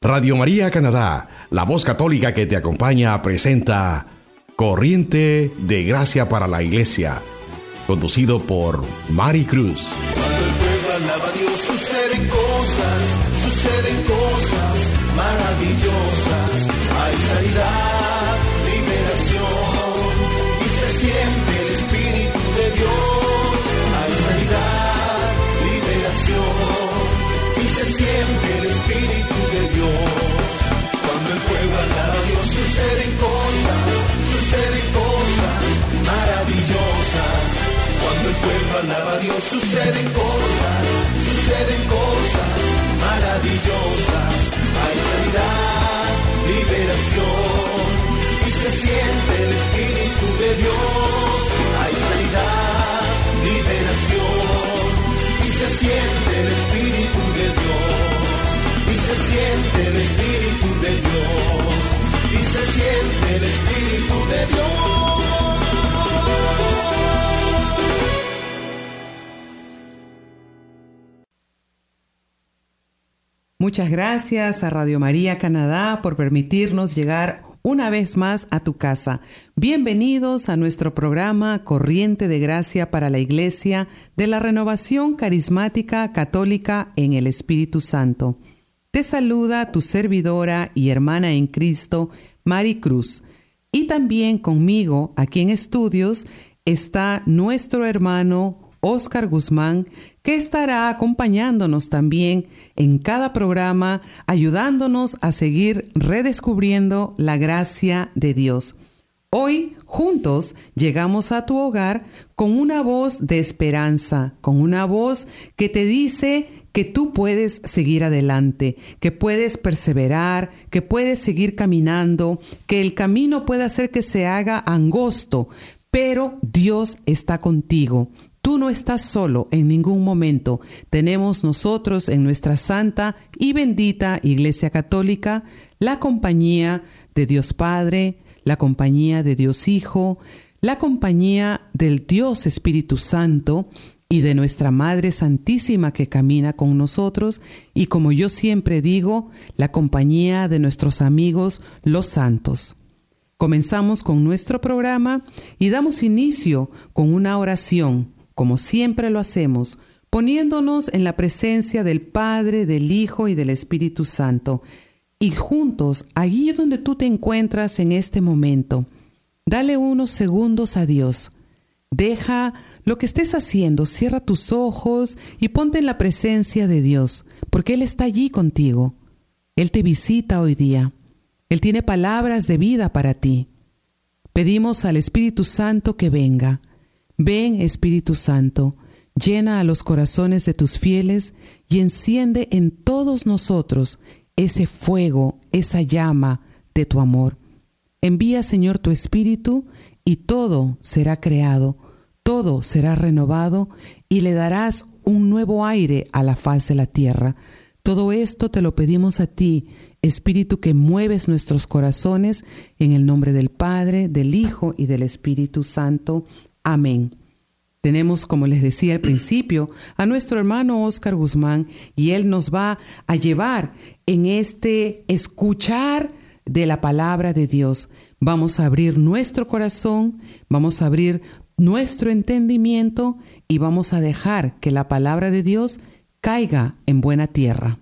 Radio María Canadá, la voz católica que te acompaña, presenta Corriente de Gracia para la Iglesia, conducido por Mari Cruz. Cuando el pueblo alaba a Dios, suceden cosas maravillosas. Hay sanidad, liberación, y se siente el Espíritu de Dios. Hay sanidad, liberación, y se siente el Espíritu de Dios. Cuando el pueblo alaba a Dios, suceden cosas maravillosas. Cuando el pueblo alaba a Dios, suceden cosas maravillosas. Hay sanidad, liberación, y se siente el Espíritu de Dios. Hay sanidad, liberación, y se siente el Espíritu de Dios. Y se siente el Espíritu de Dios. Y se siente el Espíritu de Dios. Muchas gracias a Radio María Canadá por permitirnos llegar una vez más a tu casa. Bienvenidos a nuestro programa Corriente de Gracia para la Iglesia de la Renovación Carismática Católica en el Espíritu Santo. Te saluda tu servidora y hermana en Cristo, Mari Cruz. Y también conmigo, aquí en estudios, está nuestro hermano Óscar Guzmán, que estará acompañándonos también en cada programa, ayudándonos a seguir redescubriendo la gracia de Dios. Hoy, juntos, llegamos a tu hogar con una voz de esperanza, con una voz que te dice que tú puedes seguir adelante, que puedes perseverar, que puedes seguir caminando, que el camino puede hacer que se haga angosto, pero Dios está contigo. Tú no estás solo en ningún momento. Tenemos nosotros en nuestra santa y bendita Iglesia Católica la compañía de Dios Padre, la compañía de Dios Hijo, la compañía del Dios Espíritu Santo y de nuestra Madre Santísima que camina con nosotros y, como yo siempre digo, la compañía de nuestros amigos los santos. Comenzamos con nuestro programa y damos inicio con una oración, como siempre lo hacemos, poniéndonos en la presencia del Padre, del Hijo y del Espíritu Santo. Y juntos, allí donde tú te encuentras en este momento, dale unos segundos a Dios. Deja lo que estés haciendo, cierra tus ojos y ponte en la presencia de Dios, porque Él está allí contigo. Él te visita hoy día. Él tiene palabras de vida para ti. Pedimos al Espíritu Santo que venga. Ven, Espíritu Santo, llena a los corazones de tus fieles y enciende en todos nosotros ese fuego, esa llama de tu amor. Envía, Señor, tu Espíritu y todo será creado, todo será renovado y le darás un nuevo aire a la faz de la tierra. Todo esto te lo pedimos a ti, Espíritu que mueves nuestros corazones, en el nombre del Padre, del Hijo y del Espíritu Santo. Amén. Tenemos, como les decía al principio, a nuestro hermano Óscar Guzmán y él nos va a llevar en este escuchar de la palabra de Dios. Vamos a abrir nuestro corazón, vamos a abrir nuestro entendimiento y vamos a dejar que la palabra de Dios caiga en buena tierra.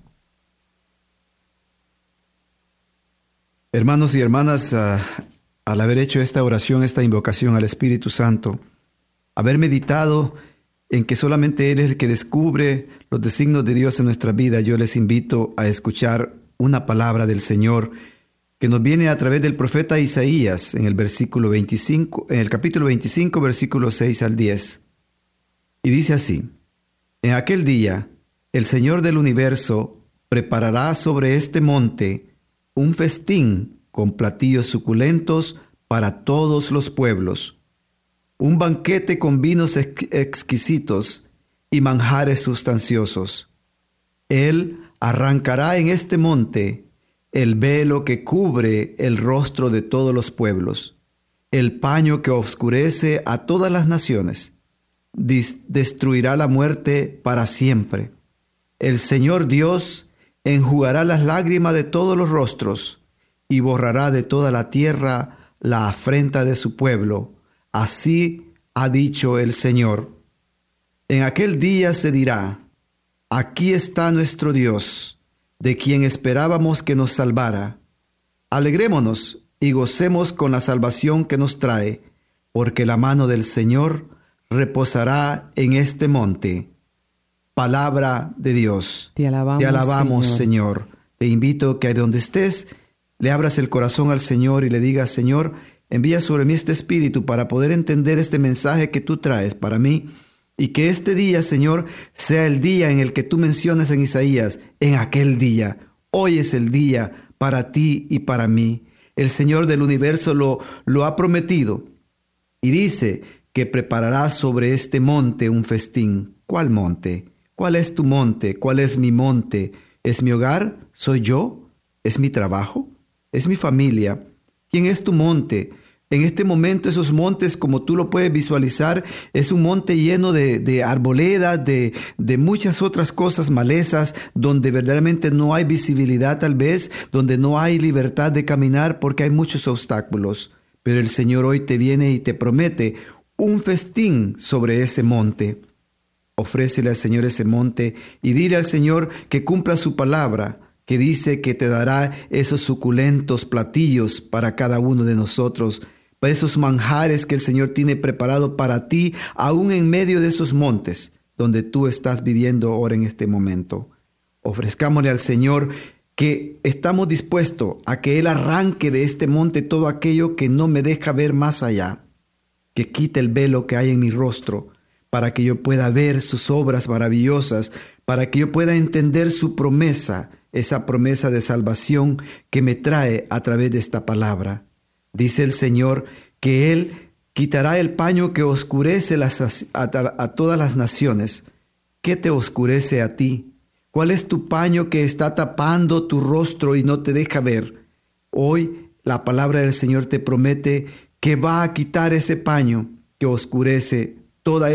Hermanos y hermanas, al haber hecho esta oración, esta invocación al Espíritu Santo, haber meditado en que solamente Él es el que descubre los designios de Dios en nuestra vida, yo les invito a escuchar una palabra del Señor que nos viene a través del profeta Isaías en el capítulo 25, versículos 6 al 10. Y dice así: En aquel día, el Señor del universo preparará sobre este monte un festín con platillos suculentos para todos los pueblos, un banquete con vinos exquisitos y manjares sustanciosos. Él arrancará en este monte el velo que cubre el rostro de todos los pueblos, el paño que oscurece a todas las naciones. Destruirá la muerte para siempre. El Señor Dios enjugará las lágrimas de todos los rostros y borrará de toda la tierra la afrenta de su pueblo. Así ha dicho el Señor. En aquel día se dirá: aquí está nuestro Dios, de quien esperábamos que nos salvara. Alegrémonos y gocemos con la salvación que nos trae, porque la mano del Señor reposará en este monte. Palabra de Dios. Te alabamos, Señor. Te invito que donde estés, le abras el corazón al Señor y le digas: Señor, envía sobre mí este espíritu para poder entender este mensaje que tú traes para mí. Y que este día, Señor, sea el día en el que tú mencionas en Isaías, en aquel día. Hoy es el día para ti y para mí. El Señor del universo lo ha prometido. Y dice que preparará sobre este monte un festín. ¿Cuál monte? ¿Cuál es tu monte? ¿Cuál es mi monte? ¿Es mi hogar? ¿Soy yo? ¿Es mi trabajo? ¿Es mi familia? ¿Quién es tu monte? En este momento esos montes, como tú lo puedes visualizar, es un monte lleno de arboledas, de muchas otras cosas, malezas, donde verdaderamente no hay visibilidad tal vez, donde no hay libertad de caminar porque hay muchos obstáculos. Pero el Señor hoy te viene y te promete un festín sobre ese monte. Ofrécele al Señor ese monte y dile al Señor que cumpla su palabra, que dice que te dará esos suculentos platillos para cada uno de nosotros, para esos manjares que el Señor tiene preparado para ti, aún en medio de esos montes donde tú estás viviendo ahora en este momento. Ofrezcámosle al Señor que estamos dispuestos a que Él arranque de este monte todo aquello que no me deja ver más allá, que quite el velo que hay en mi rostro, para que yo pueda ver sus obras maravillosas, para que yo pueda entender su promesa, esa promesa de salvación que me trae a través de esta palabra. Dice el Señor que Él quitará el paño que oscurece a todas las naciones. ¿Qué te oscurece a ti? ¿Cuál es tu paño que está tapando tu rostro y no te deja ver? Hoy la palabra del Señor te promete que va a quitar ese paño que oscurece toda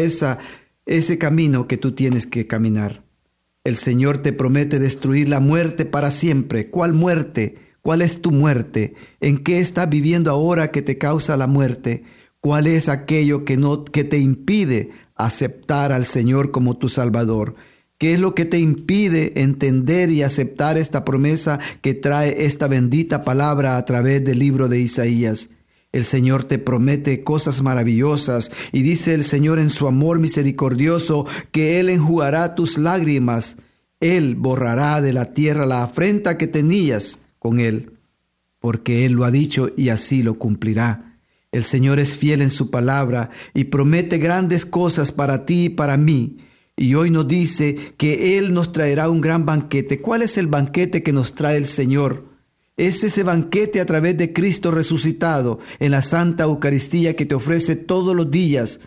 ese camino que tú tienes que caminar. El Señor te promete destruir la muerte para siempre. ¿Cuál muerte? ¿Cuál es tu muerte? ¿En qué estás viviendo ahora que te causa la muerte? ¿Cuál es aquello que te impide aceptar al Señor como tu Salvador? ¿Qué es lo que te impide entender y aceptar esta promesa que trae esta bendita palabra a través del libro de Isaías? El Señor te promete cosas maravillosas y dice el Señor en su amor misericordioso que Él enjugará tus lágrimas. Él borrará de la tierra la afrenta que tenías con Él, porque Él lo ha dicho y así lo cumplirá. El Señor es fiel en su palabra y promete grandes cosas para ti y para mí. Y hoy nos dice que Él nos traerá un gran banquete. ¿Cuál es el banquete que nos trae el Señor? Es ese banquete a través de Cristo resucitado en la Santa Eucaristía que te ofrece todos los días.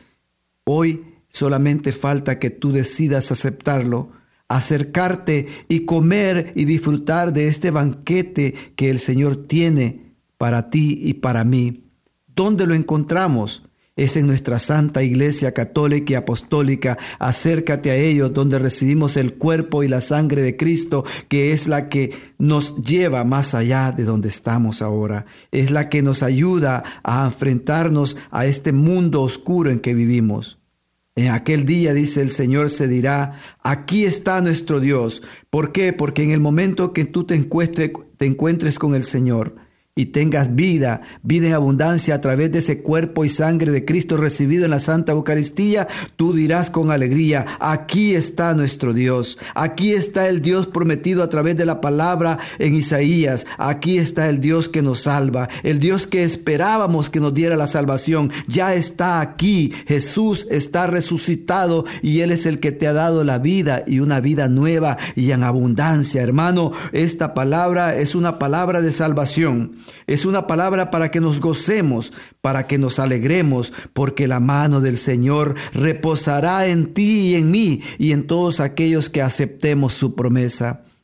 Hoy solamente falta que tú decidas aceptarlo, acercarte y comer y disfrutar de este banquete que el Señor tiene para ti y para mí. ¿Dónde lo encontramos? Es en nuestra Santa Iglesia Católica y Apostólica. Acércate a ellos, donde recibimos el cuerpo y la sangre de Cristo, que es la que nos lleva más allá de donde estamos ahora. Es la que nos ayuda a enfrentarnos a este mundo oscuro en que vivimos. En aquel día, dice el Señor, se dirá: aquí está nuestro Dios. ¿Por qué? Porque en el momento que tú te encuentres con el Señor y tengas vida en abundancia a través de ese cuerpo y sangre de Cristo recibido en la Santa Eucaristía, tú dirás con alegría: aquí está nuestro Dios, aquí está el Dios prometido a través de la palabra en Isaías, aquí está el Dios que nos salva, el Dios que esperábamos que nos diera la salvación, ya está aquí. Jesús está resucitado y Él es el que te ha dado la vida y una vida nueva y en abundancia. Hermano, esta palabra es una palabra de salvación. Es una palabra para que nos gocemos, para que nos alegremos, porque la mano del Señor reposará en ti y en mí y en todos aquellos que aceptemos su promesa.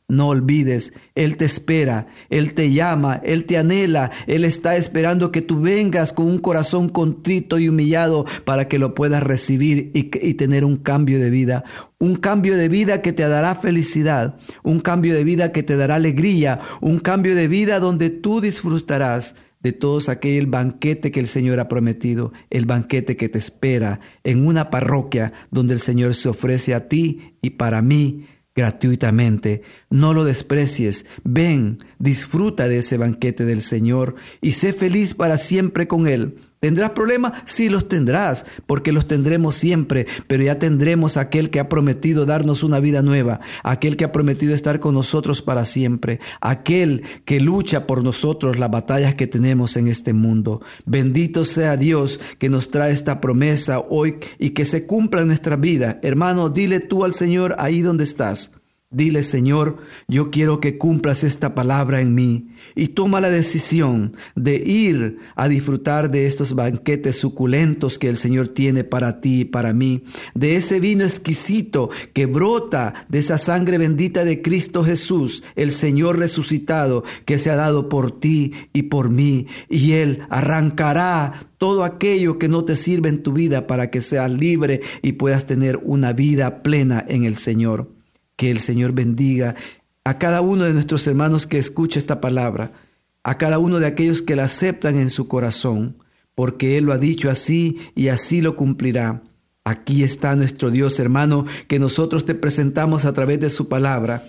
No olvides, Él te espera, Él te llama, Él te anhela, Él está esperando que tú vengas con un corazón contrito y humillado para que lo puedas recibir y tener un cambio de vida. Un cambio de vida que te dará felicidad, un cambio de vida que te dará alegría, un cambio de vida donde tú disfrutarás de todos aquel banquete que el Señor ha prometido, el banquete que te espera en una parroquia donde el Señor se ofrece a ti y para mí gratuitamente. No lo desprecies. Ven, disfruta de ese banquete del Señor y sé feliz para siempre con Él. ¿Tendrás problemas? Sí, los tendrás, porque los tendremos siempre, pero ya tendremos a aquel que ha prometido darnos una vida nueva, aquel que ha prometido estar con nosotros para siempre, aquel que lucha por nosotros las batallas que tenemos en este mundo. Bendito sea Dios que nos trae esta promesa hoy y que se cumpla en nuestra vida. Hermano, dile tú al Señor ahí donde estás. Dile, Señor, yo quiero que cumplas esta palabra en mí, y toma la decisión de ir a disfrutar de estos banquetes suculentos que el Señor tiene para ti y para mí, de ese vino exquisito que brota de esa sangre bendita de Cristo Jesús, el Señor resucitado, que se ha dado por ti y por mí, y Él arrancará todo aquello que no te sirve en tu vida para que seas libre y puedas tener una vida plena en el Señor. Que el Señor bendiga a cada uno de nuestros hermanos que escucha esta palabra, a cada uno de aquellos que la aceptan en su corazón, porque Él lo ha dicho así y así lo cumplirá. Aquí está nuestro Dios, hermano, que nosotros te presentamos a través de su palabra.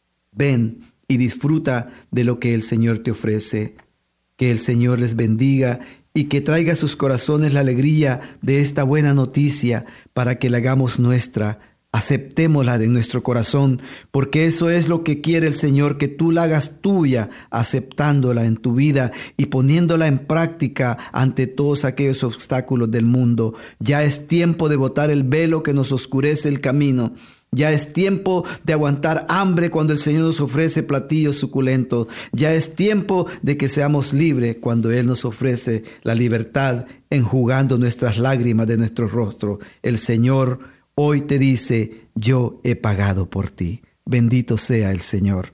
Ven y disfruta de lo que el Señor te ofrece. Que el Señor les bendiga y que traiga a sus corazones la alegría de esta buena noticia para que la hagamos nuestra. Aceptémosla de nuestro corazón, porque eso es lo que quiere el Señor, que tú la hagas tuya, aceptándola en tu vida y poniéndola en práctica ante todos aquellos obstáculos del mundo. Ya es tiempo de botar el velo que nos oscurece el camino. Ya es tiempo de aguantar hambre cuando el Señor nos ofrece platillos suculentos. Ya es tiempo de que seamos libres cuando Él nos ofrece la libertad, enjugando nuestras lágrimas de nuestro rostro. El Señor hoy te dice, yo he pagado por ti. Bendito sea el Señor.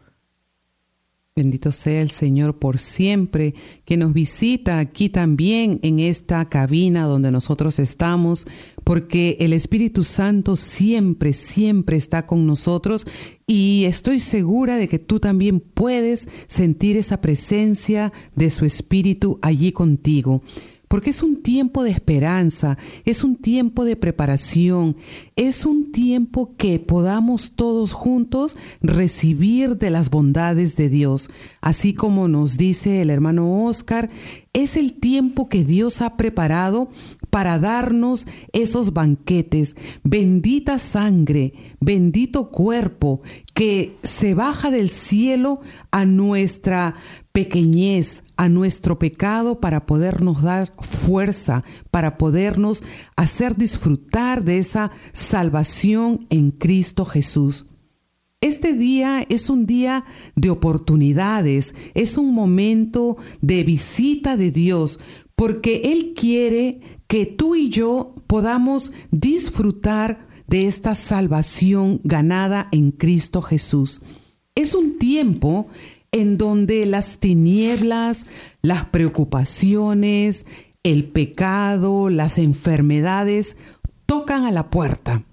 Bendito sea el Señor por siempre, que nos visita aquí también en esta cabina donde nosotros estamos, porque el Espíritu Santo siempre, siempre está con nosotros y estoy segura de que tú también puedes sentir esa presencia de su Espíritu allí contigo. Porque es un tiempo de esperanza, es un tiempo de preparación, es un tiempo que podamos todos juntos recibir de las bondades de Dios. Así como nos dice el hermano Oscar, es el tiempo que Dios ha preparado para darnos esos banquetes. Bendita sangre, bendito cuerpo que se baja del cielo a nuestra pequeñez, a nuestro pecado, para podernos dar fuerza, para podernos hacer disfrutar de esa salvación en Cristo Jesús. Este día es un día de oportunidades, es un momento de visita de Dios, porque Él quiere que tú y yo podamos disfrutar de esta salvación ganada en Cristo Jesús. Es un tiempo en donde las tinieblas, las preocupaciones, el pecado, las enfermedades tocan a la puerta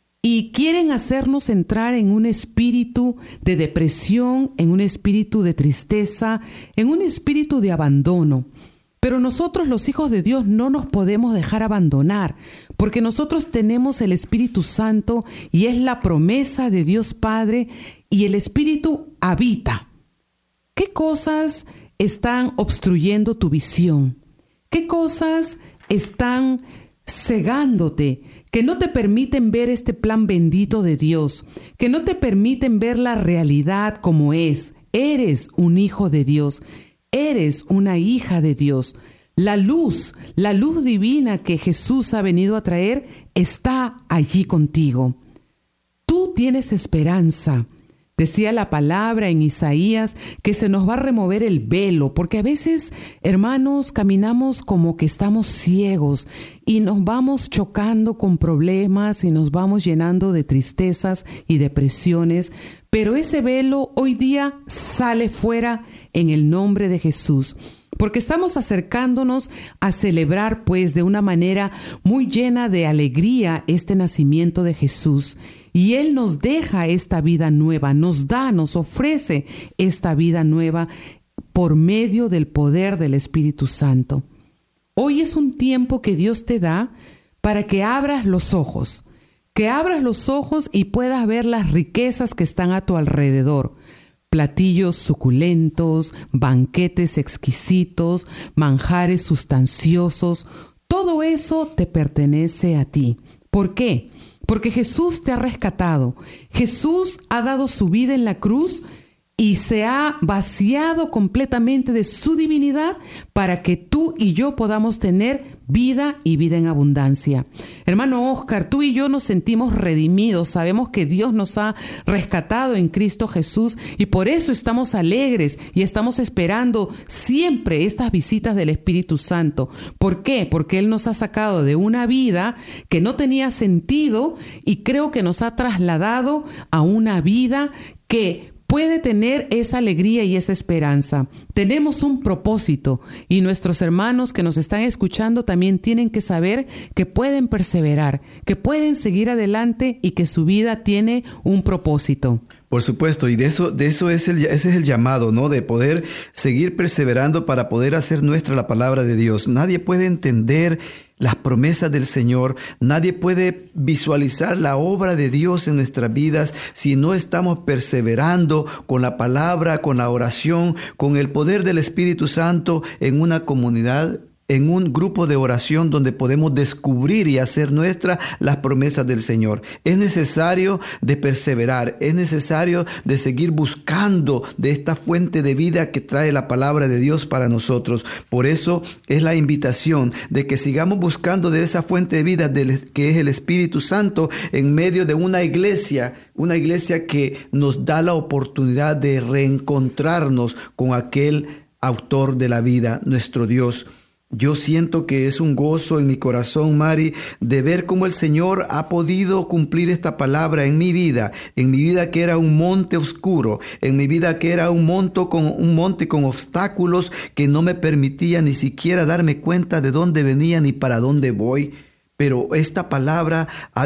y quieren hacernos entrar en un espíritu de depresión, en un espíritu de tristeza, en un espíritu de abandono. Pero nosotros, los hijos de Dios, no nos podemos dejar abandonar, porque nosotros tenemos el Espíritu Santo y es la promesa de Dios Padre, y el Espíritu habita. ¿Qué cosas están obstruyendo tu visión? ¿Qué cosas están cegándote, que no te permiten ver este plan bendito de Dios, que no te permiten ver la realidad como es? Eres un hijo de Dios, eres una hija de Dios. La luz divina que Jesús ha venido a traer está allí contigo. Tú tienes esperanza. Decía la palabra en Isaías que se nos va a remover el velo, porque a veces, hermanos, caminamos como que estamos ciegos y nos vamos chocando con problemas y nos vamos llenando de tristezas y depresiones, pero ese velo hoy día sale fuera en el nombre de Jesús. Porque estamos acercándonos a celebrar, pues, de una manera muy llena de alegría este nacimiento de Jesús. Y Él nos deja esta vida nueva, nos ofrece esta vida nueva por medio del poder del Espíritu Santo. Hoy es un tiempo que Dios te da para que abras los ojos y puedas ver las riquezas que están a tu alrededor. Platillos suculentos, banquetes exquisitos, manjares sustanciosos, todo eso te pertenece a ti. ¿Por qué? Porque Jesús te ha rescatado. Jesús ha dado su vida en la cruz y se ha vaciado completamente de su divinidad para que tú y yo podamos tener vida y vida en abundancia. Hermano Oscar, tú y yo nos sentimos redimidos, sabemos que Dios nos ha rescatado en Cristo Jesús y por eso estamos alegres y estamos esperando siempre estas visitas del Espíritu Santo. ¿Por qué? Porque Él nos ha sacado de una vida que no tenía sentido y creo que nos ha trasladado a una vida que puede tener esa alegría y esa esperanza. Tenemos un propósito y nuestros hermanos que nos están escuchando también tienen que saber que pueden perseverar, que pueden seguir adelante y que su vida tiene un propósito. Por supuesto, y ese es el llamado, ¿no? De poder seguir perseverando para poder hacer nuestra la palabra de Dios. Nadie puede entender las promesas del Señor, nadie puede visualizar la obra de Dios en nuestras vidas si no estamos perseverando con la palabra, con la oración, con el poder del Espíritu Santo en una comunidad, en un grupo de oración donde podemos descubrir y hacer nuestras las promesas del Señor. Es necesario de perseverar, es necesario de seguir buscando de esta fuente de vida que trae la palabra de Dios para nosotros. Por eso es la invitación de que sigamos buscando de esa fuente de vida que es el Espíritu Santo en medio de una iglesia que nos da la oportunidad de reencontrarnos con aquel autor de la vida, nuestro Dios. Yo siento que es un gozo en mi corazón, Mari, de ver cómo el Señor ha podido cumplir esta palabra en mi vida que era un monte oscuro, en mi vida que era un monte con obstáculos que no me permitía ni siquiera darme cuenta de dónde venía ni para dónde voy. Pero esta palabra ha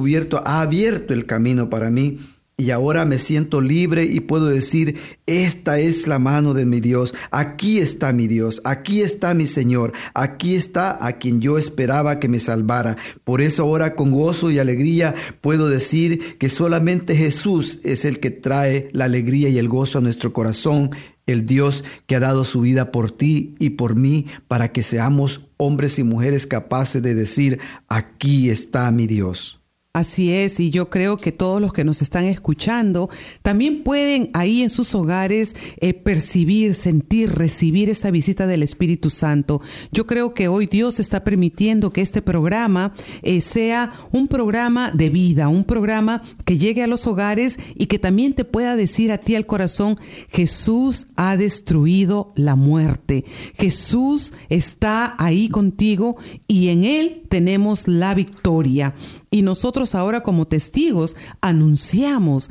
abierto el camino para mí. Y ahora me siento libre y puedo decir, esta es la mano de mi Dios. Aquí está mi Dios, aquí está mi Señor, aquí está a quien yo esperaba que me salvara. Por eso ahora con gozo y alegría puedo decir que solamente Jesús es el que trae la alegría y el gozo a nuestro corazón. El Dios que ha dado su vida por ti y por mí para que seamos hombres y mujeres capaces de decir, aquí está mi Dios. Así es, y yo creo que todos los que nos están escuchando también pueden ahí en sus hogares percibir, sentir, recibir esta visita del Espíritu Santo. Yo creo que hoy Dios está permitiendo que este programa sea un programa de vida, un programa que llegue a los hogares y que también te pueda decir a ti al corazón, Jesús ha destruido la muerte. Jesús está ahí contigo y en Él tenemos la victoria. Y nosotros ahora como testigos anunciamos,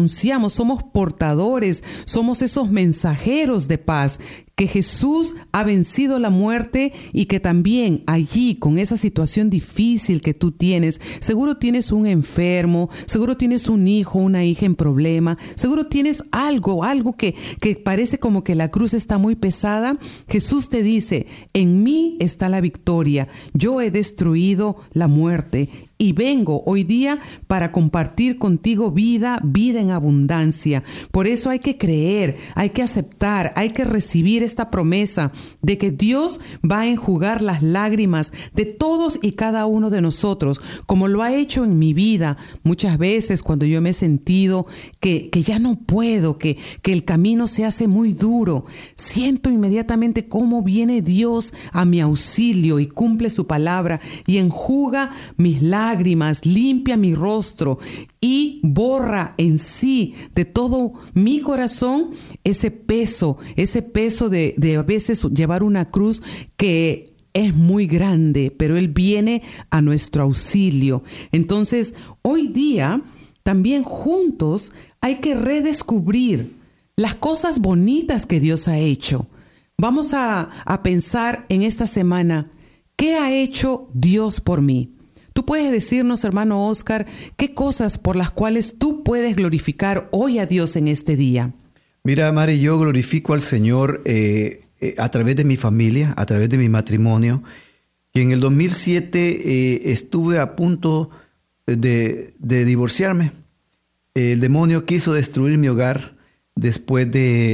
somos portadores, somos esos mensajeros de paz, que Jesús ha vencido la muerte y que también allí con esa situación difícil que tú tienes, seguro tienes un enfermo, seguro tienes un hijo, una hija en problema, seguro tienes algo que parece como que la cruz está muy pesada. Jesús te dice, en mí está la victoria, yo he destruido la muerte. Y vengo hoy día para compartir contigo vida en abundancia. Por eso hay que creer, hay que aceptar, hay que recibir esta promesa de que Dios va a enjugar las lágrimas de todos y cada uno de nosotros, como lo ha hecho en mi vida muchas veces cuando yo me he sentido que ya no puedo, que el camino se hace muy duro. Siento inmediatamente cómo viene Dios a mi auxilio y cumple su palabra y enjuga mis lágrimas, limpia mi rostro y borra en sí de todo mi corazón ese peso de a veces llevar una cruz que es muy grande, pero Él viene a nuestro auxilio. Entonces, hoy día, también juntos hay que redescubrir las cosas bonitas que Dios ha hecho. Vamos a pensar en esta semana, ¿qué ha hecho Dios por mí? Tú puedes decirnos, hermano Oscar, qué cosas por las cuales tú puedes glorificar hoy a Dios en este día. Mira, Mari, yo glorifico al Señor a través de mi familia, a través de mi matrimonio. Y en el 2007 estuve a punto de divorciarme. El demonio quiso destruir mi hogar después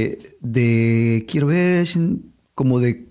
de quiero ver, como de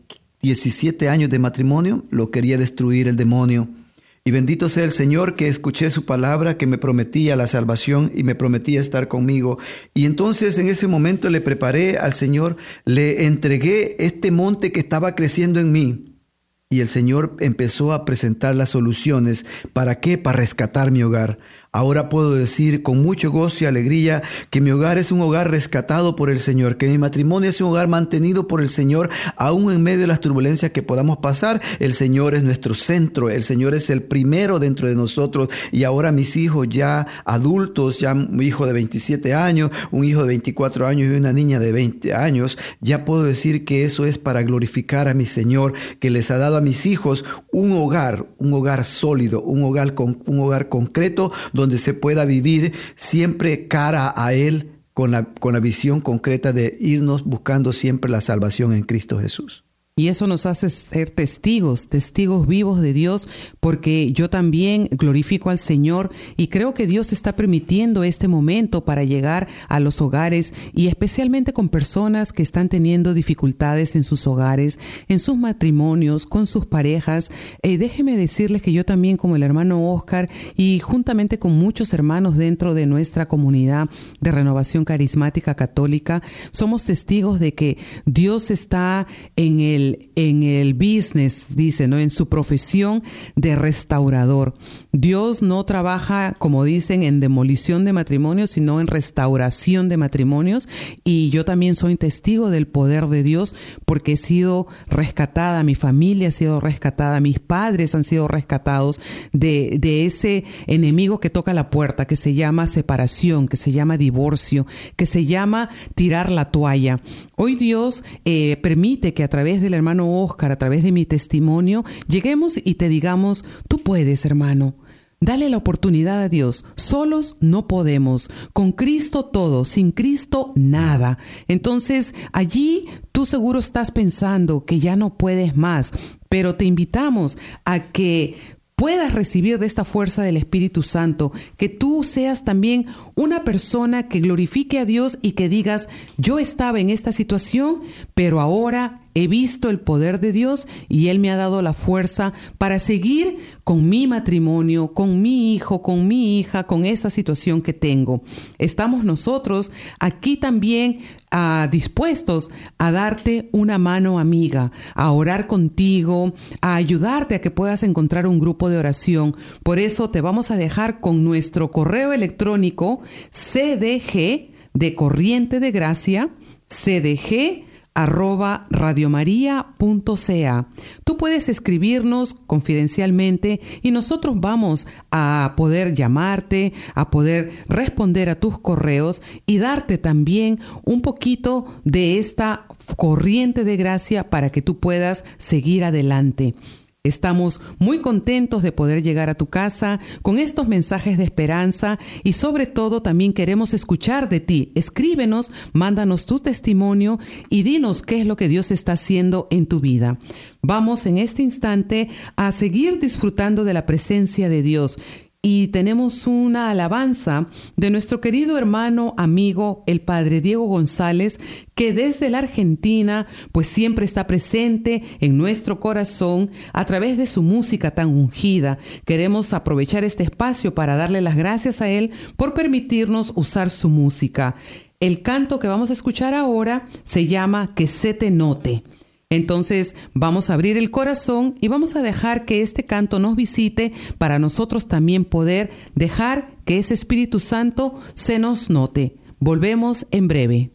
17 años de matrimonio. Lo quería destruir el demonio. Y bendito sea el Señor que escuché su palabra, que me prometía la salvación y me prometía estar conmigo. Y entonces en ese momento le preparé al Señor, le entregué este monte que estaba creciendo en mí. Y el Señor empezó a presentar las soluciones. ¿Para qué? Para rescatar mi hogar. Ahora puedo decir con mucho gozo y alegría que mi hogar es un hogar rescatado por el Señor, que mi matrimonio es un hogar mantenido por el Señor, aún en medio de las turbulencias que podamos pasar. El Señor es nuestro centro, el Señor es el primero dentro de nosotros. Y ahora mis hijos ya adultos, ya un hijo de 27 años, un hijo de 24 años y una niña de 20 años, ya puedo decir que eso es para glorificar a mi Señor, que les ha dado a mis hijos un hogar sólido, un hogar concreto, donde se pueda vivir siempre cara a Él con la visión concreta de irnos buscando siempre la salvación en Cristo Jesús. Y eso nos hace ser testigos vivos de Dios, porque yo también glorifico al Señor y creo que Dios está permitiendo este momento para llegar a los hogares y especialmente con personas que están teniendo dificultades en sus hogares, en sus matrimonios, con sus parejas. Déjenme decirles que yo también, como el hermano Oscar y juntamente con muchos hermanos dentro de nuestra comunidad de Renovación Carismática Católica, somos testigos de que Dios está en el business, dice, ¿no? En su profesión de restaurador. Dios no trabaja, como dicen, en demolición de matrimonios, sino en restauración de matrimonios. Y yo también soy testigo del poder de Dios porque he sido rescatada, mi familia ha sido rescatada, mis padres han sido rescatados de ese enemigo que toca la puerta, que se llama separación, que se llama divorcio, que se llama tirar la toalla. Hoy Dios permite que a través del hermano Oscar, a través de mi testimonio, lleguemos y te digamos, tú puedes, hermano. Dale la oportunidad a Dios. Solos no podemos. Con Cristo todo, sin Cristo nada. Entonces, allí tú seguro estás pensando que ya no puedes más, pero te invitamos a que puedas recibir de esta fuerza del Espíritu Santo, que tú seas también una persona que glorifique a Dios y que digas, yo estaba en esta situación, pero ahora he visto el poder de Dios y Él me ha dado la fuerza para seguir con mi matrimonio, con mi hijo, con mi hija, con esta situación que tengo. Estamos nosotros aquí también dispuestos a darte una mano amiga, a orar contigo, a ayudarte a que puedas encontrar un grupo de oración. Por eso te vamos a dejar con nuestro correo electrónico cdg de Corriente de Gracia, cdg@radiomaria.ca. Tú puedes escribirnos confidencialmente y nosotros vamos a poder llamarte, a poder responder a tus correos y darte también un poquito de esta corriente de gracia para que tú puedas seguir adelante. Estamos muy contentos de poder llegar a tu casa con estos mensajes de esperanza y sobre todo también queremos escuchar de ti. Escríbenos, mándanos tu testimonio y dinos qué es lo que Dios está haciendo en tu vida. Vamos en este instante a seguir disfrutando de la presencia de Dios. y tenemos una alabanza de nuestro querido hermano, amigo, el Padre Diego González, que desde la Argentina pues siempre está presente en nuestro corazón a través de su música tan ungida. Queremos aprovechar este espacio para darle las gracias a él por permitirnos usar su música. El canto que vamos a escuchar ahora se llama Que se te note. Entonces vamos a abrir el corazón y vamos a dejar que este canto nos visite para nosotros también poder dejar que ese Espíritu Santo se nos note. Volvemos en breve.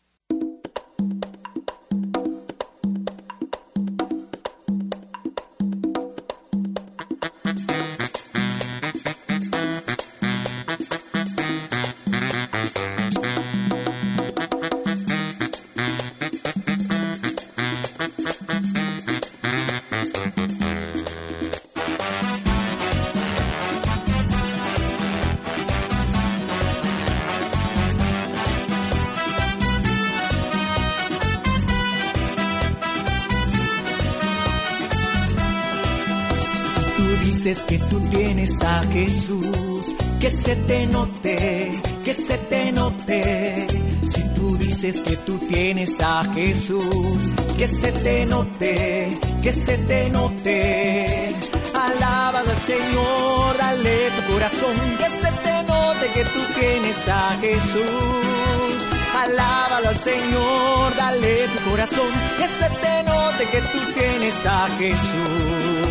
Dices que tú tienes a Jesús, que se te note, que se te note. Si tú dices que tú tienes a Jesús, que se te note, que se te note. Alábalo al Señor, dale tu corazón, que se te note que tú tienes a Jesús. Alábalo al Señor, dale tu corazón, que se te note que tú tienes a Jesús.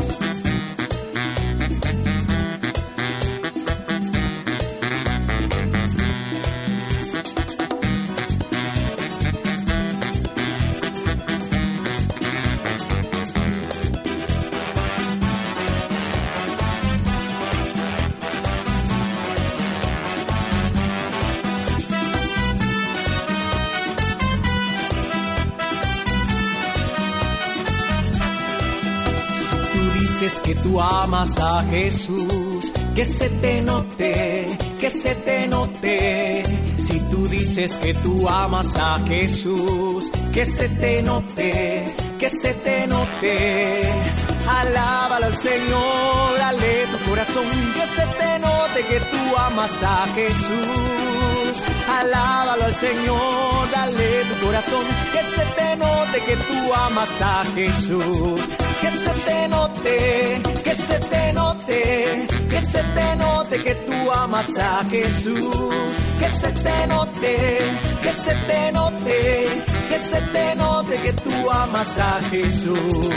Dices que tú amas a Jesús, que se te note, que se te note. Si tú dices que tú amas a Jesús, que se te note, que se te note. Alábalo al Señor, dale tu corazón, que se te note que tú amas a Jesús. Alábalo al Señor, dale tu corazón, que se te note que tú amas a Jesús. Que se te note, que se te note, que se te note que tú amas a Jesús. Que se te note, que se te note, que se te note que tú amas a Jesús.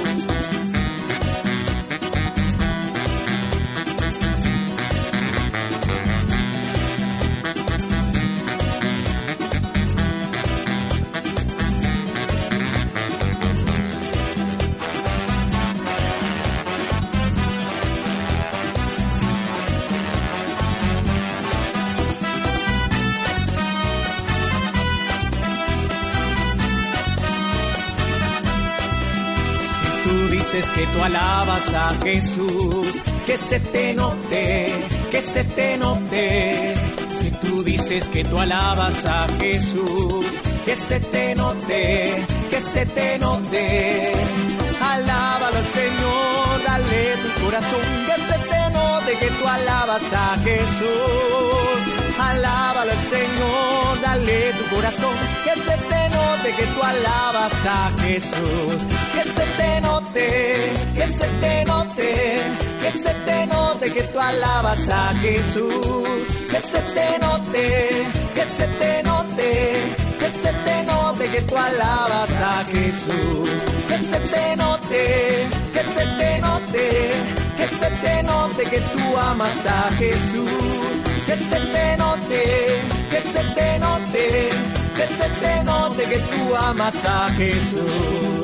Dices que tú alabas a Jesús, que se te note, que se te note. Si tú dices que tú alabas a Jesús, que se te note, que se te note. Alábalo al Señor, dale tu corazón, que se te note que tú alabas a Jesús. Alábalo al Señor, dale tu corazón, que se te note que tú alabas a Jesús. Que se te note, que se te note, que se te note que tú alabas a Jesús. Que se te note, que se te note, que se te note que tú alabas a Jesús. Que se te note, que se te note, que se te note que tú amas a Jesús. Que se te note, que se te note, que se te note que tú amas a Jesús.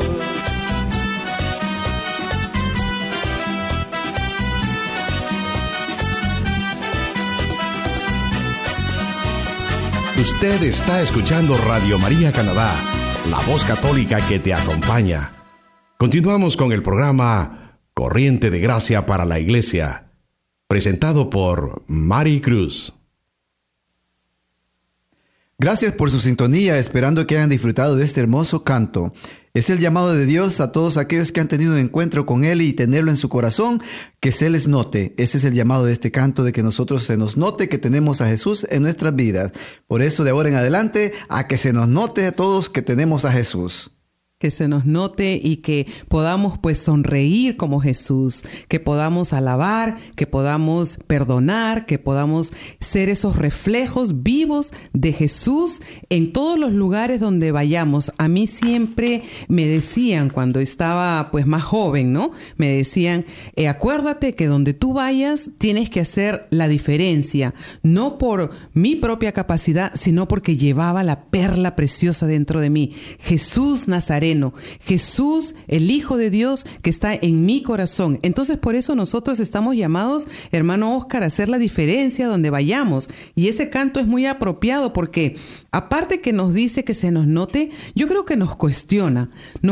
Usted está escuchando Radio María Canadá, la voz católica que te acompaña. Continuamos con el programa Corriente de Gracia para la Iglesia, presentado por Mari Cruz. Gracias por su sintonía, esperando que hayan disfrutado de este hermoso canto. Es el llamado de Dios a todos aquellos que han tenido un encuentro con Él y tenerlo en su corazón, que se les note. Ese es el llamado de este canto, de que nosotros se nos note que tenemos a Jesús en nuestras vidas. Por eso, de ahora en adelante, a que se nos note a todos que tenemos a Jesús. Que se nos note y que podamos pues sonreír como Jesús, que podamos alabar, que podamos perdonar, que podamos ser esos reflejos vivos de Jesús en todos los lugares donde vayamos. A mí siempre me decían cuando estaba pues más joven, ¿no? Me decían, acuérdate que donde tú vayas tienes que hacer la diferencia, no por mi propia capacidad, sino porque llevaba la perla preciosa dentro de mí, Jesús Nazareno. Jesús, el Hijo de Dios que está en mi corazón. Entonces, por eso nosotros estamos llamados, hermano Oscar, a hacer la diferencia donde vayamos. Y ese canto es muy apropiado porque, aparte que nos dice que se nos note, yo creo que nos cuestiona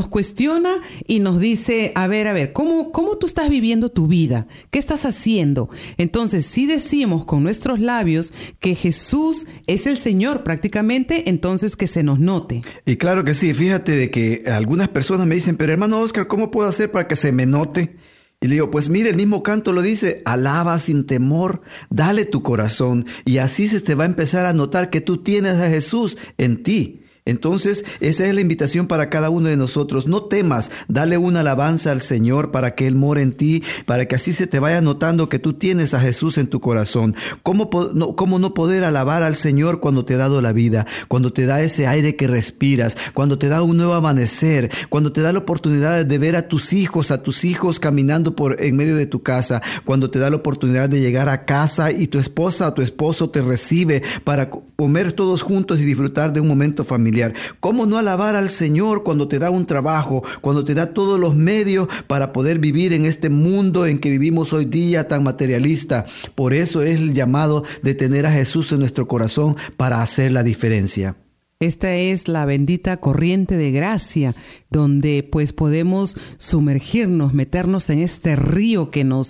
y nos dice, a ver, ¿cómo tú estás viviendo tu vida? ¿Qué estás haciendo? Entonces, si decimos con nuestros labios que Jesús es el Señor prácticamente, entonces que se nos note. Y claro que sí, fíjate de que algunas personas me dicen, pero hermano Oscar, ¿cómo puedo hacer para que se me note? Y le digo, pues mire, el mismo canto lo dice, alaba sin temor, dale tu corazón, y así se te va a empezar a notar que tú tienes a Jesús en ti. Entonces, esa es la invitación para cada uno de nosotros. No temas, dale una alabanza al Señor para que Él more en ti, para que así se te vaya notando que tú tienes a Jesús en tu corazón. ¿Cómo no poder alabar al Señor cuando te ha dado la vida, cuando te da ese aire que respiras, cuando te da un nuevo amanecer, cuando te da la oportunidad de ver a tus hijos caminando en medio de tu casa, cuando te da la oportunidad de llegar a casa y tu esposa o tu esposo te recibe para comer todos juntos y disfrutar de un momento familiar? ¿Cómo no alabar al Señor cuando te da un trabajo, cuando te da todos los medios para poder vivir en este mundo en que vivimos hoy día tan materialista? Por eso es el llamado de tener a Jesús en nuestro corazón para hacer la diferencia. Esta es la bendita corriente de gracia, donde pues podemos sumergirnos, meternos en este río que nos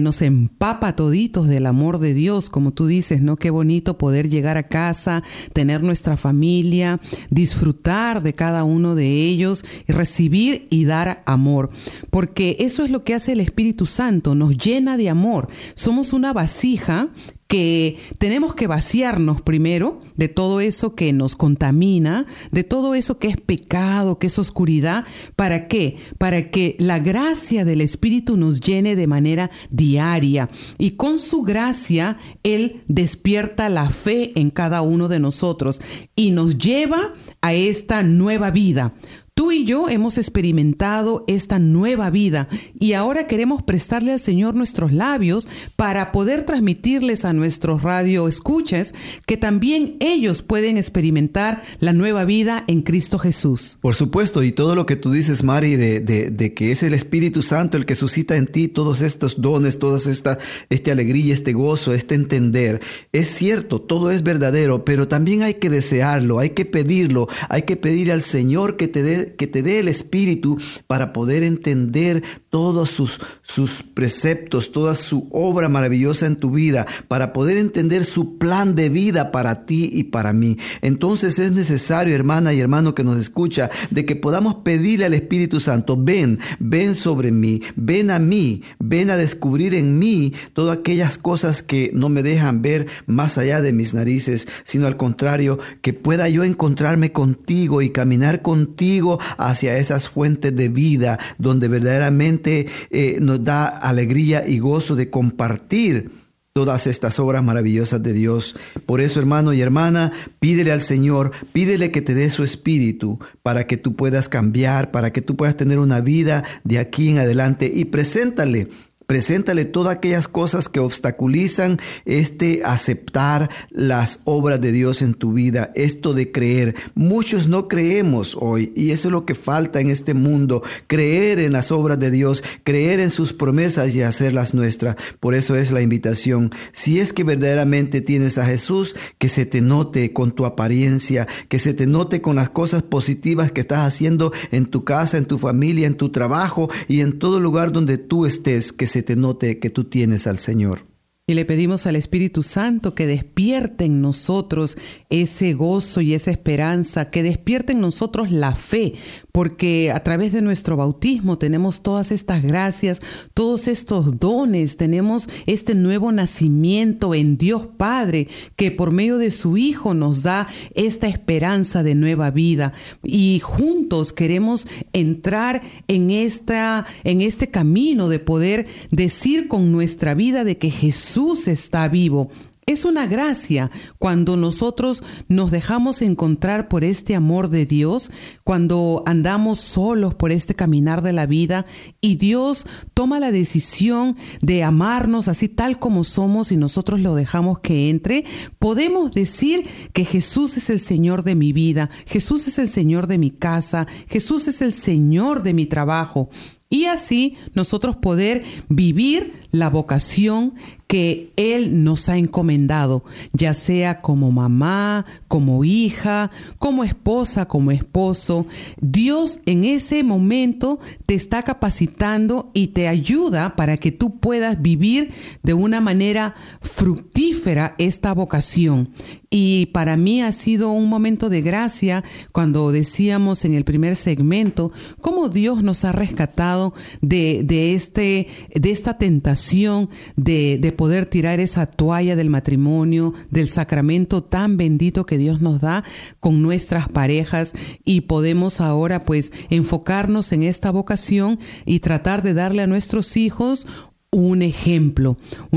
empapa toditos del amor de Dios, como tú dices, ¿no? Qué bonito poder llegar a casa, tener nuestra familia, disfrutar de cada uno de ellos, recibir y dar amor, porque eso es lo que hace el Espíritu Santo, nos llena de amor. Somos una vasija que tenemos que vaciarnos primero de todo eso que nos contamina, de todo eso que es pecado, que es oscuridad. ¿Para qué? Para que la gracia del Espíritu nos llene de manera diaria. Y con su gracia, Él despierta la fe en cada uno de nosotros y nos lleva a esta nueva vida. Tú y yo hemos experimentado esta nueva vida y ahora queremos prestarle al Señor nuestros labios para poder transmitirles a nuestros radioescuchas que también ellos pueden experimentar la nueva vida en Cristo Jesús. Por supuesto, y todo lo que tú dices, Mari, de que es el Espíritu Santo el que suscita en ti todos estos dones, toda esta alegría, este gozo, este entender. Es cierto, todo es verdadero, pero también hay que desearlo, hay que pedirlo, hay que pedirle al Señor que te dé el Espíritu para poder entender todos sus preceptos, toda su obra maravillosa en tu vida, para poder entender su plan de vida para ti y para mí. Entonces es necesario, hermana y hermano que nos escucha, de que podamos pedirle al Espíritu Santo, ven sobre mí, ven a mí, ven a descubrir en mí todas aquellas cosas que no me dejan ver más allá de mis narices, sino al contrario, que pueda yo encontrarme contigo y caminar contigo hacia esas fuentes de vida donde verdaderamente nos da alegría y gozo de compartir todas estas obras maravillosas de Dios. Por eso, hermano y hermana, pídele al Señor, pídele que te dé su Espíritu para que tú puedas cambiar, para que tú puedas tener una vida de aquí en adelante, y preséntale todas aquellas cosas que obstaculizan aceptar las obras de Dios en tu vida, esto de creer. Muchos no creemos hoy, y eso es lo que falta en este mundo, creer en las obras de Dios, creer en sus promesas y hacerlas nuestras. Por eso es la invitación. Si es que verdaderamente tienes a Jesús, que se te note con tu apariencia, que se te note con las cosas positivas que estás haciendo en tu casa, en tu familia, en tu trabajo y en todo lugar donde tú estés, que se te note que tú tienes al Señor. Y le pedimos al Espíritu Santo que despierte en nosotros ese gozo y esa esperanza, que despierte en nosotros la fe, porque a través de nuestro bautismo tenemos todas estas gracias, todos estos dones, tenemos este nuevo nacimiento en Dios Padre, que por medio de su Hijo nos da esta esperanza de nueva vida. Y juntos queremos entrar en este camino de poder decir con nuestra vida de que Jesús está vivo. Es una gracia cuando nosotros nos dejamos encontrar por este amor de Dios, cuando andamos solos por este caminar de la vida y Dios toma la decisión de amarnos así tal como somos y nosotros lo dejamos que entre. Podemos decir que Jesús es el Señor de mi vida, Jesús es el Señor de mi casa, Jesús es el Señor de mi trabajo. Y así nosotros poder vivir la vocación que Él nos ha encomendado, ya sea como mamá, como hija, como esposa, como esposo. Dios en ese momento te está capacitando y te ayuda para que tú puedas vivir de una manera fructífera esta vocación. Y para mí ha sido un momento de gracia cuando decíamos en el primer segmento cómo Dios nos ha rescatado de esta tentación de poder tirar esa toalla del matrimonio, del sacramento tan bendito que Dios nos da con nuestras parejas, y podemos ahora pues enfocarnos en esta vocación y tratar de darle a nuestros hijos un ejemplo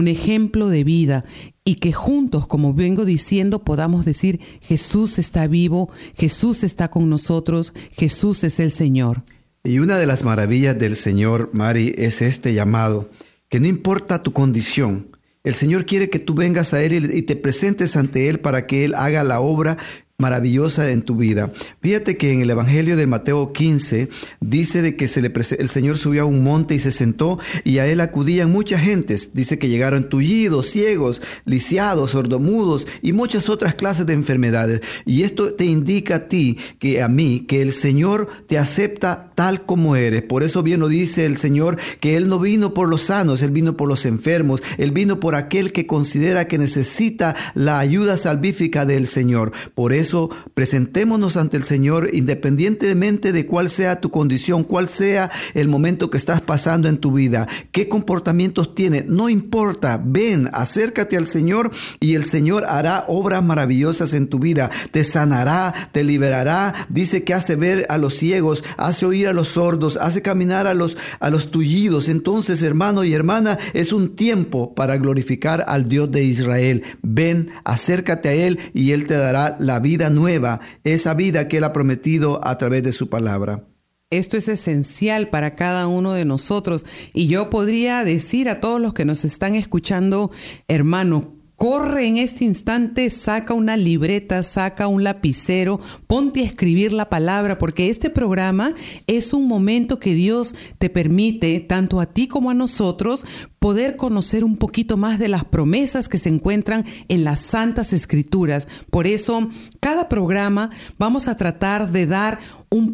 de vida, y que juntos, como vengo diciendo, podamos decir: Jesús está vivo, Jesús está con nosotros, Jesús es el Señor. Y una de las maravillas del Señor, Mari, es este llamado, que no importa tu condición, el Señor quiere que tú vengas a Él y te presentes ante Él para que Él haga la obra maravillosa en tu vida. Fíjate que en el Evangelio de Mateo 15 dice de que el Señor subió a un monte y se sentó, y a Él acudían muchas gentes. Dice que llegaron tullidos, ciegos, lisiados, sordomudos y muchas otras clases de enfermedades. Y esto te indica a ti, a mí, que el Señor te acepta tal como eres. Por eso bien lo dice el Señor, que Él no vino por los sanos, Él vino por los enfermos, Él vino por aquel que considera que necesita la ayuda salvífica del Señor. Por eso presentémonos ante el Señor independientemente de cuál sea tu condición, cuál sea el momento que estás pasando en tu vida, qué comportamientos tienes, no importa. Ven, acércate al Señor y el Señor hará obras maravillosas en tu vida, te sanará, te liberará. Dice que hace ver a los ciegos, hace oír a los sordos, hace caminar a los tullidos. Entonces, hermano y hermana, es un tiempo para glorificar al Dios de Israel. Ven, acércate a Él y Él te dará la vida nueva, esa vida que Él ha prometido a través de su palabra. Esto es esencial para cada uno de nosotros, y yo podría decir a todos los que nos están escuchando: hermano, corre en este instante, saca una libreta, saca un lapicero, ponte a escribir la palabra, porque este programa es un momento que Dios te permite, tanto a ti como a nosotros, poder conocer un poquito más de las promesas que se encuentran en las Santas Escrituras. Por eso, cada programa vamos a tratar de dar un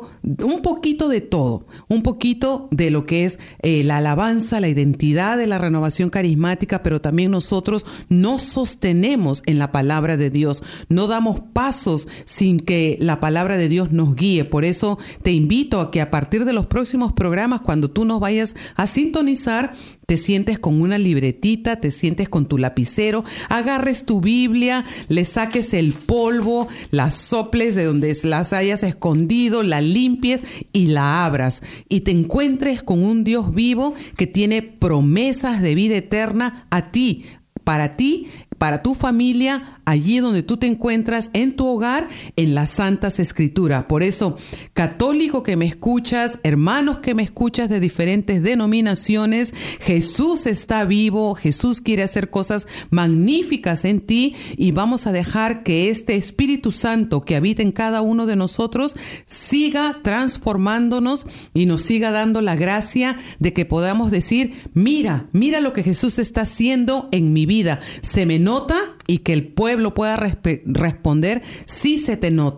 poquito de todo, un poquito de lo que es la alabanza, la identidad de la renovación carismática, pero también nosotros nos sostenemos en la palabra de Dios, no damos pasos sin que la palabra de Dios nos guíe. Por eso te invito a que a partir de los próximos programas, cuando tú nos vayas a sintonizar, te sientes con una libretita, te sientes con tu lapicero, agarres tu Biblia, le saques el polvo, la soples de donde las hayas escondido, la limpies y la abras, y te encuentres con un Dios vivo que tiene promesas de vida eterna a ti, para tu familia, allí donde tú te encuentras, en tu hogar, en las Santas Escrituras. Por eso, católico que me escuchas, hermanos que me escuchas de diferentes denominaciones, Jesús está vivo, Jesús quiere hacer cosas magníficas en ti, y vamos a dejar que este Espíritu Santo que habita en cada uno de nosotros siga transformándonos y nos siga dando la gracia de que podamos decir: mira lo que Jesús está haciendo en mi vida. Se me nota, y que el pueblo pueda responder: sí se te nota.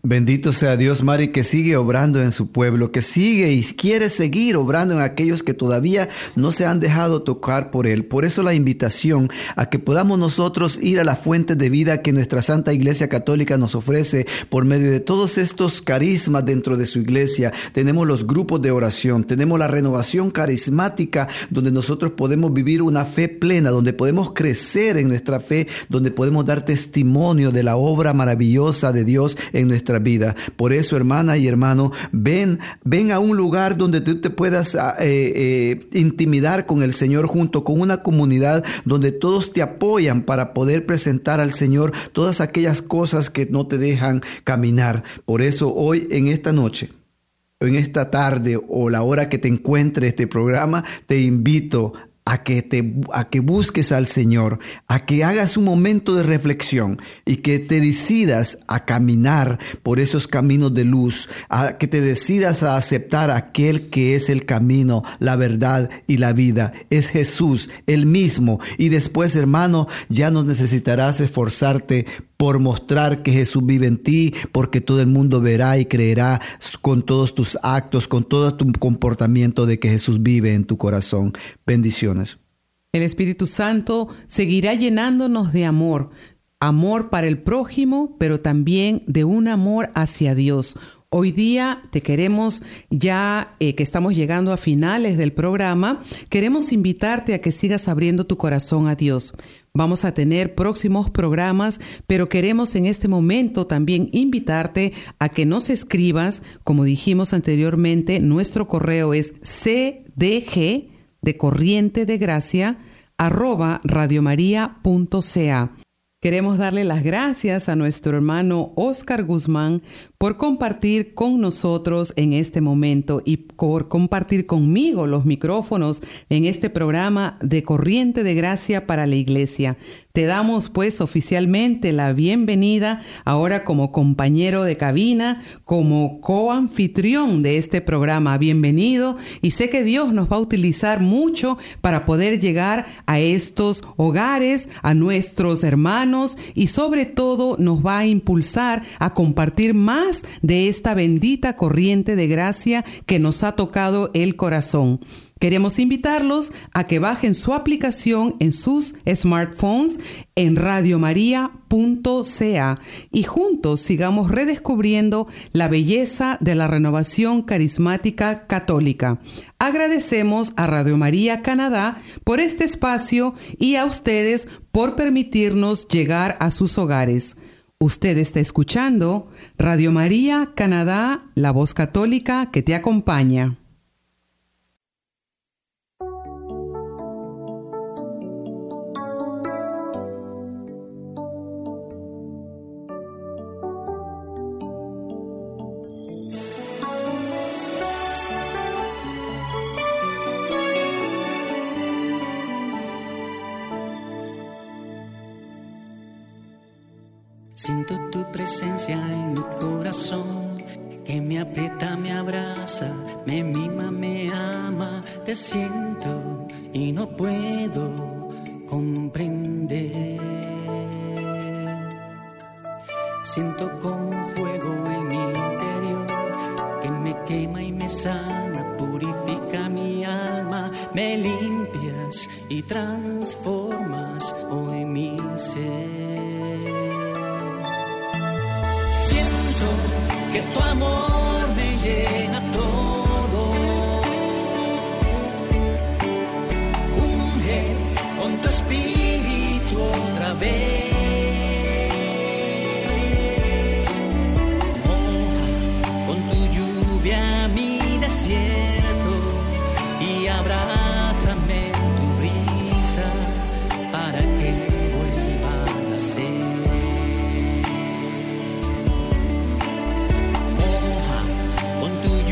Bendito sea Dios, Mari, que sigue obrando en su pueblo, que sigue y quiere seguir obrando en aquellos que todavía no se han dejado tocar por Él. Por eso la invitación a que podamos nosotros ir a la fuente de vida que nuestra Santa Iglesia Católica nos ofrece por medio de todos estos carismas dentro de su iglesia. Tenemos los grupos de oración, tenemos la renovación carismática, donde nosotros podemos vivir una fe plena, donde podemos crecer en nuestra fe, donde podemos dar testimonio de la obra maravillosa de Dios en nuestra vida. Por eso, hermana y hermano, ven a un lugar donde tú te puedas intimidar con el Señor, junto con una comunidad donde todos te apoyan para poder presentar al Señor todas aquellas cosas que no te dejan caminar. Por eso hoy, en esta noche, en esta tarde o la hora que te encuentre este programa, te invito a que busques al Señor, a que hagas un momento de reflexión y que te decidas a caminar por esos caminos de luz, a que te decidas a aceptar a aquel que es el camino, la verdad y la vida. Es Jesús, Él mismo. Y después, hermano, ya no necesitarás esforzarte por mostrar que Jesús vive en ti, porque todo el mundo verá y creerá con todos tus actos, con todo tu comportamiento, de que Jesús vive en tu corazón. Bendiciones. El Espíritu Santo seguirá llenándonos de amor para el prójimo, pero también de un amor hacia Dios. Hoy día te queremos, ya que estamos llegando a finales del programa, queremos invitarte a que sigas abriendo tu corazón a Dios. Vamos a tener próximos programas, pero queremos en este momento también invitarte a que nos escribas. Como dijimos anteriormente, nuestro correo es cdg, de Corriente de Gracia, @radiomaria.ca. Queremos darle las gracias a nuestro hermano Oscar Guzmán por compartir con nosotros en este momento y por compartir conmigo los micrófonos en este programa de Corriente de Gracia para la Iglesia. Te damos pues oficialmente la bienvenida ahora como compañero de cabina, como coanfitrión de este programa. Bienvenido, y sé que Dios nos va a utilizar mucho para poder llegar a estos hogares, a nuestros hermanos, y sobre todo nos va a impulsar a compartir más de esta bendita corriente de gracia que nos ha tocado el corazón. Queremos invitarlos a que bajen su aplicación en sus smartphones en radiomaria.ca y juntos sigamos redescubriendo la belleza de la renovación carismática católica. Agradecemos a Radio María Canadá por este espacio y a ustedes por permitirnos llegar a sus hogares. Usted está escuchando Radio María Canadá, la voz católica que te acompaña. Siento tu presencia en mi corazón, que me aprieta, me abraza, me mima, me ama. Te siento y no puedo comprender. Siento como un fuego en mi interior que me quema y me sana, purifica mi alma, me limpias y transformas hoy mi ser. Que tu amor me llena todo, unge con tu espíritu otra vez, moja con tu lluvia mi desierto y abrázame en tu brisa para que vuelva a nacer. Con tu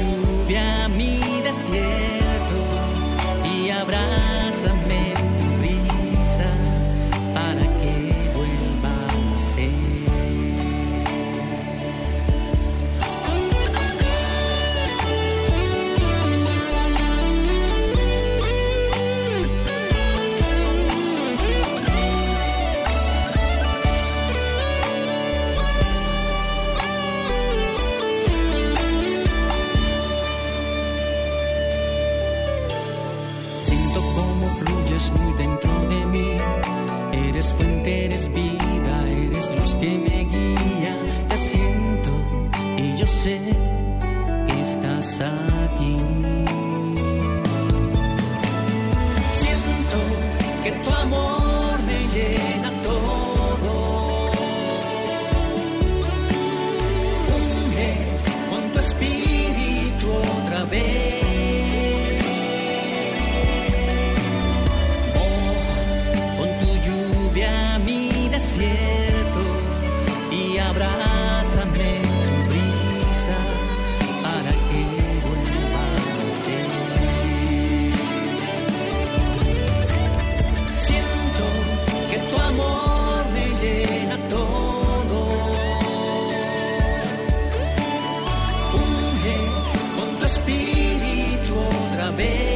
vives muy dentro de mí. Eres fuente, eres vida, eres luz que me guía. Te siento y yo sé que estás aquí. Siento que tu amor me llena todo. Unge con tu espíritu otra vez. Y abrázame tu brisa para que vuelva a ser. Siento que tu amor me llena todo. Unge con tu espíritu otra vez.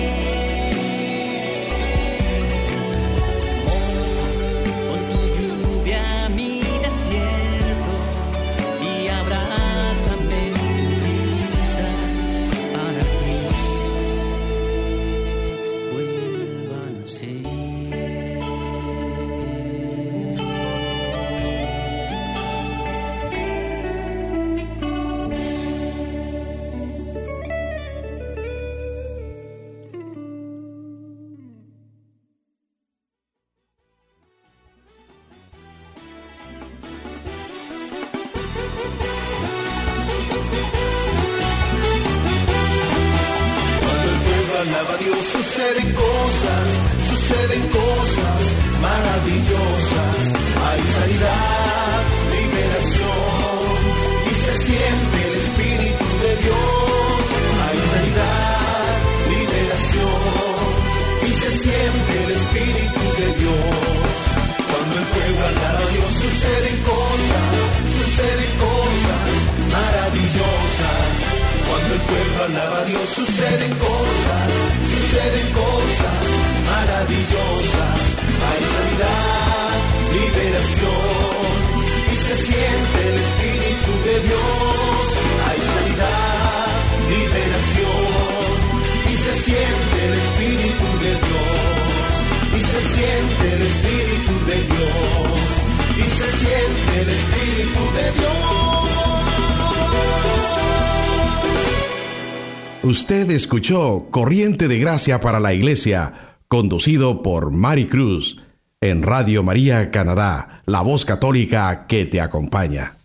Alaba a Dios, suceden cosas maravillosas. Hay sanidad, liberación y se siente el Espíritu de Dios. Hay sanidad, liberación y se siente el Espíritu de Dios. Cuando el pueblo alaba a Dios, suceden cosas maravillosas. Cuando el pueblo alaba a Dios, suceden cosas maravillosas. Hay sanidad, liberación y se siente el Espíritu de Dios. Hay sanidad, liberación y se siente el Espíritu de Dios. Y se siente el Espíritu de Dios. Y se siente el Espíritu de Dios. Usted escuchó Corriente de Gracia para la Iglesia, conducido por Mari Cruz, en Radio María Canadá, la voz católica que te acompaña.